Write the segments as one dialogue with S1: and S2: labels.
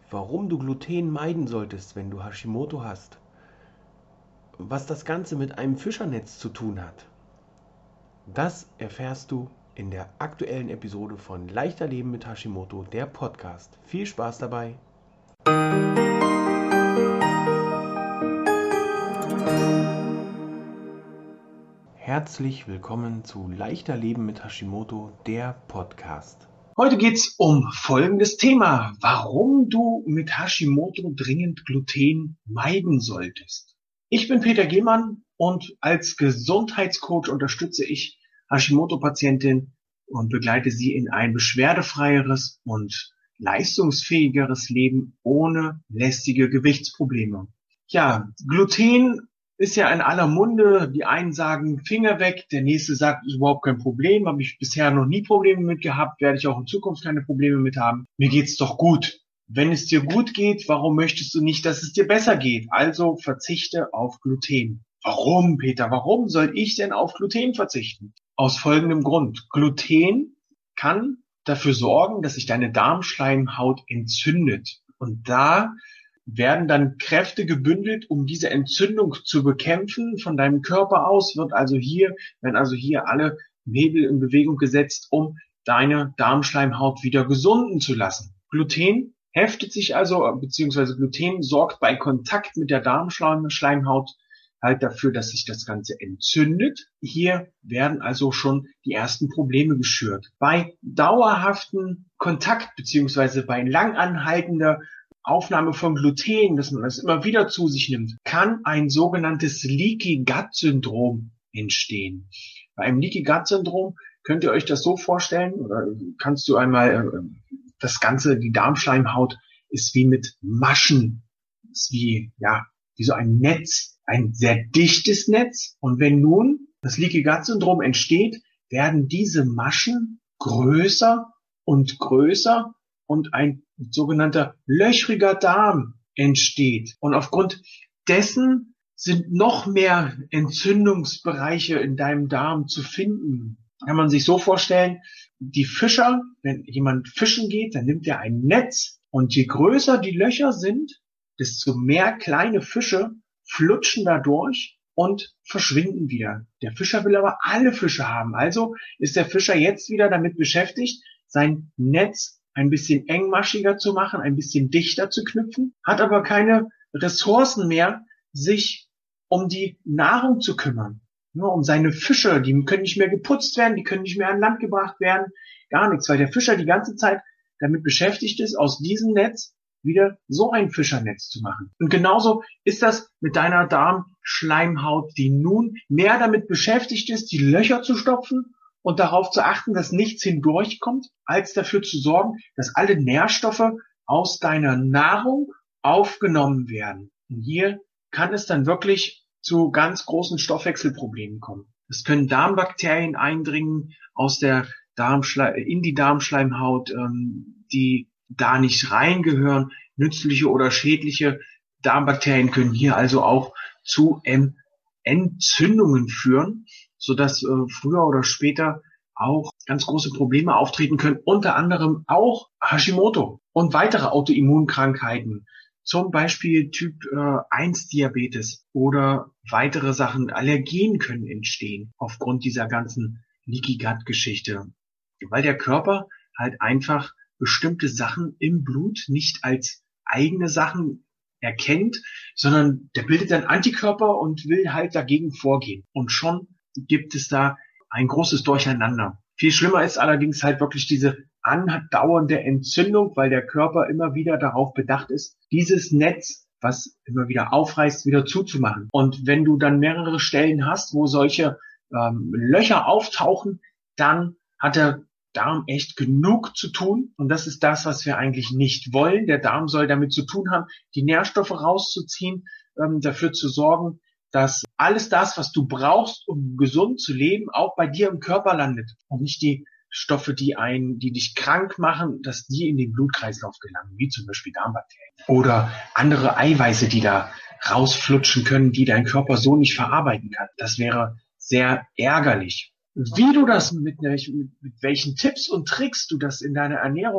S1: warum du Gluten meiden solltest, wenn du Hashimoto hast, was das Ganze mit einem Fischernetz zu tun hat, das erfährst du in der aktuellen Episode von Leichter Leben mit Hashimoto, der Podcast. Viel Spaß dabei! Herzlich willkommen zu Leichter Leben mit Hashimoto, der Podcast.
S2: Heute geht's um folgendes Thema, warum du mit Hashimoto dringend Gluten meiden solltest. Ich bin Peter Gehmann und als Gesundheitscoach unterstütze ich Hashimoto-Patientinnen und begleite sie in ein beschwerdefreieres und leistungsfähigeres Leben ohne lästige Gewichtsprobleme. Ja, Gluten ist ja in aller Munde. Die einen sagen Finger weg, der nächste sagt, ist überhaupt kein Problem, habe ich bisher noch nie Probleme mit gehabt, werde ich auch in Zukunft keine Probleme mit haben. Mir geht's doch gut. Wenn es dir gut geht, warum möchtest du nicht, dass es dir besser geht? Also verzichte auf Gluten. Warum, Peter? Warum soll ich denn auf Gluten verzichten? Aus folgendem Grund. Gluten kann dafür sorgen, dass sich deine Darmschleimhaut entzündet. Und da werden dann Kräfte gebündelt, um diese Entzündung zu bekämpfen. Von deinem Körper aus werden also hier alle Hebel in Bewegung gesetzt, um deine Darmschleimhaut wieder gesunden zu lassen. Gluten heftet sich also, beziehungsweise Gluten sorgt bei Kontakt mit der Darmschleimhaut halt dafür, dass sich das Ganze entzündet. Hier werden also schon die ersten Probleme geschürt. Bei dauerhaften Kontakt, beziehungsweise bei langanhaltender Aufnahme von Gluten, dass man das immer wieder zu sich nimmt, kann ein sogenanntes Leaky Gut Syndrom entstehen. Bei einem Leaky Gut Syndrom könnt ihr euch das so vorstellen, oder kannst du einmal das Ganze, die Darmschleimhaut ist wie mit Maschen, ist wie so ein Netz, ein sehr dichtes Netz. Und wenn nun das Leaky Gut Syndrom entsteht, werden diese Maschen größer und größer und ein sogenannter löchriger Darm entsteht. Und aufgrund dessen sind noch mehr Entzündungsbereiche in deinem Darm zu finden. Kann man sich so vorstellen, die Fischer, wenn jemand fischen geht, dann nimmt er ein Netz und je größer die Löcher sind, desto mehr kleine Fische flutschen da durch und verschwinden wieder. Der Fischer will aber alle Fische haben. Also ist der Fischer jetzt wieder damit beschäftigt, sein Netz ein bisschen engmaschiger zu machen, ein bisschen dichter zu knüpfen, hat aber keine Ressourcen mehr, sich um die Nahrung zu kümmern. Nur um seine Fische, die können nicht mehr geputzt werden, die können nicht mehr an Land gebracht werden, gar nichts, weil der Fischer die ganze Zeit damit beschäftigt ist, aus diesem Netz wieder so ein Fischernetz zu machen. Und genauso ist das mit deiner Darmschleimhaut, die nun mehr damit beschäftigt ist, die Löcher zu stopfen und darauf zu achten, dass nichts hindurchkommt, als dafür zu sorgen, dass alle Nährstoffe aus deiner Nahrung aufgenommen werden. Und hier kann es dann wirklich zu ganz großen Stoffwechselproblemen kommen. Es können Darmbakterien eindringen in die Darmschleimhaut, die da nicht reingehören. Nützliche oder schädliche Darmbakterien können hier also auch zu Entzündungen führen, sodass früher oder später auch ganz große Probleme auftreten können, unter anderem auch Hashimoto und weitere Autoimmunkrankheiten, zum Beispiel Typ 1 Diabetes oder weitere Sachen. Allergien können entstehen aufgrund dieser ganzen Leaky Gut Geschichte, weil der Körper halt einfach bestimmte Sachen im Blut nicht als eigene Sachen erkennt, sondern der bildet dann Antikörper und will halt dagegen vorgehen. Und schon gibt es da ein großes Durcheinander. Viel schlimmer ist allerdings halt wirklich diese andauernde Entzündung, weil der Körper immer wieder darauf bedacht ist, dieses Netz, was immer wieder aufreißt, wieder zuzumachen. Und wenn du dann mehrere Stellen hast, wo solche Löcher auftauchen, dann hat der Darm echt genug zu tun. Und das ist das, was wir eigentlich nicht wollen. Der Darm soll damit zu tun haben, die Nährstoffe rauszuziehen, dafür zu sorgen, dass alles das, was du brauchst, um gesund zu leben, auch bei dir im Körper landet. Und nicht die Stoffe, die dich krank machen, dass die in den Blutkreislauf gelangen, wie zum Beispiel Darmbakterien. Oder andere Eiweiße, die da rausflutschen können, die dein Körper so nicht verarbeiten kann. Das wäre sehr ärgerlich. Wie du das mit welchen Tipps und Tricks du das in deiner Ernährung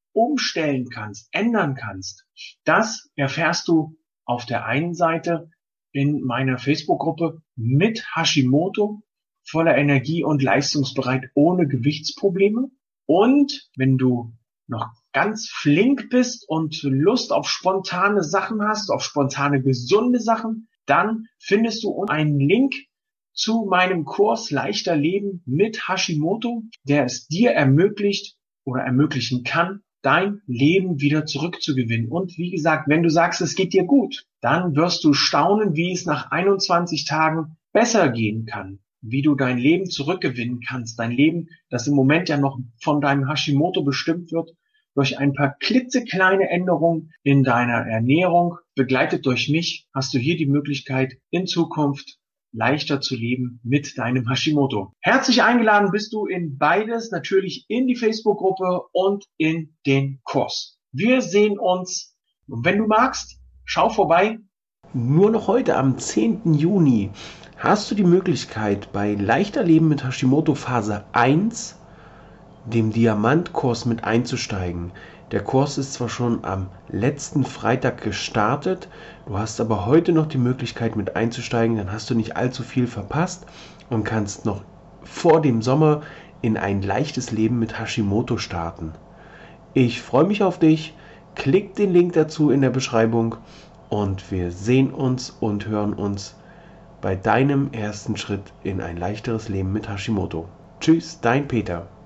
S2: umstellen kannst, ändern kannst, das erfährst du auf der einen Seite in meiner Facebook-Gruppe mit Hashimoto, voller Energie und leistungsbereit, ohne Gewichtsprobleme. Und wenn du noch ganz flink bist und Lust auf spontane Sachen hast, auf spontane gesunde Sachen, dann findest du einen Link zu meinem Kurs Leichter Leben mit Hashimoto, der es dir ermöglicht oder ermöglichen kann, dein Leben wieder zurückzugewinnen. Und wie gesagt, wenn du sagst, es geht dir gut, dann wirst du staunen, wie es nach 21 Tagen besser gehen kann, wie du dein Leben zurückgewinnen kannst. Dein Leben, das im Moment ja noch von deinem Hashimoto bestimmt wird, durch ein paar klitzekleine Änderungen in deiner Ernährung, begleitet durch mich, hast du hier die Möglichkeit, in Zukunft leichter zu leben mit deinem Hashimoto. Herzlich eingeladen bist du in beides, natürlich in die Facebook-Gruppe und in den Kurs. Wir sehen uns, und wenn du magst, schau vorbei.
S1: Nur noch heute am 10. Juni hast du die Möglichkeit, bei Leichter Leben mit Hashimoto Phase 1 dem Diamantkurs mit einzusteigen. Der Kurs ist zwar schon am letzten Freitag gestartet, du hast aber heute noch die Möglichkeit mit einzusteigen, dann hast du nicht allzu viel verpasst und kannst noch vor dem Sommer in ein leichtes Leben mit Hashimoto starten. Ich freue mich auf dich, klick den Link dazu in der Beschreibung und wir sehen uns und hören uns bei deinem ersten Schritt in ein leichteres Leben mit Hashimoto. Tschüss, dein Peter.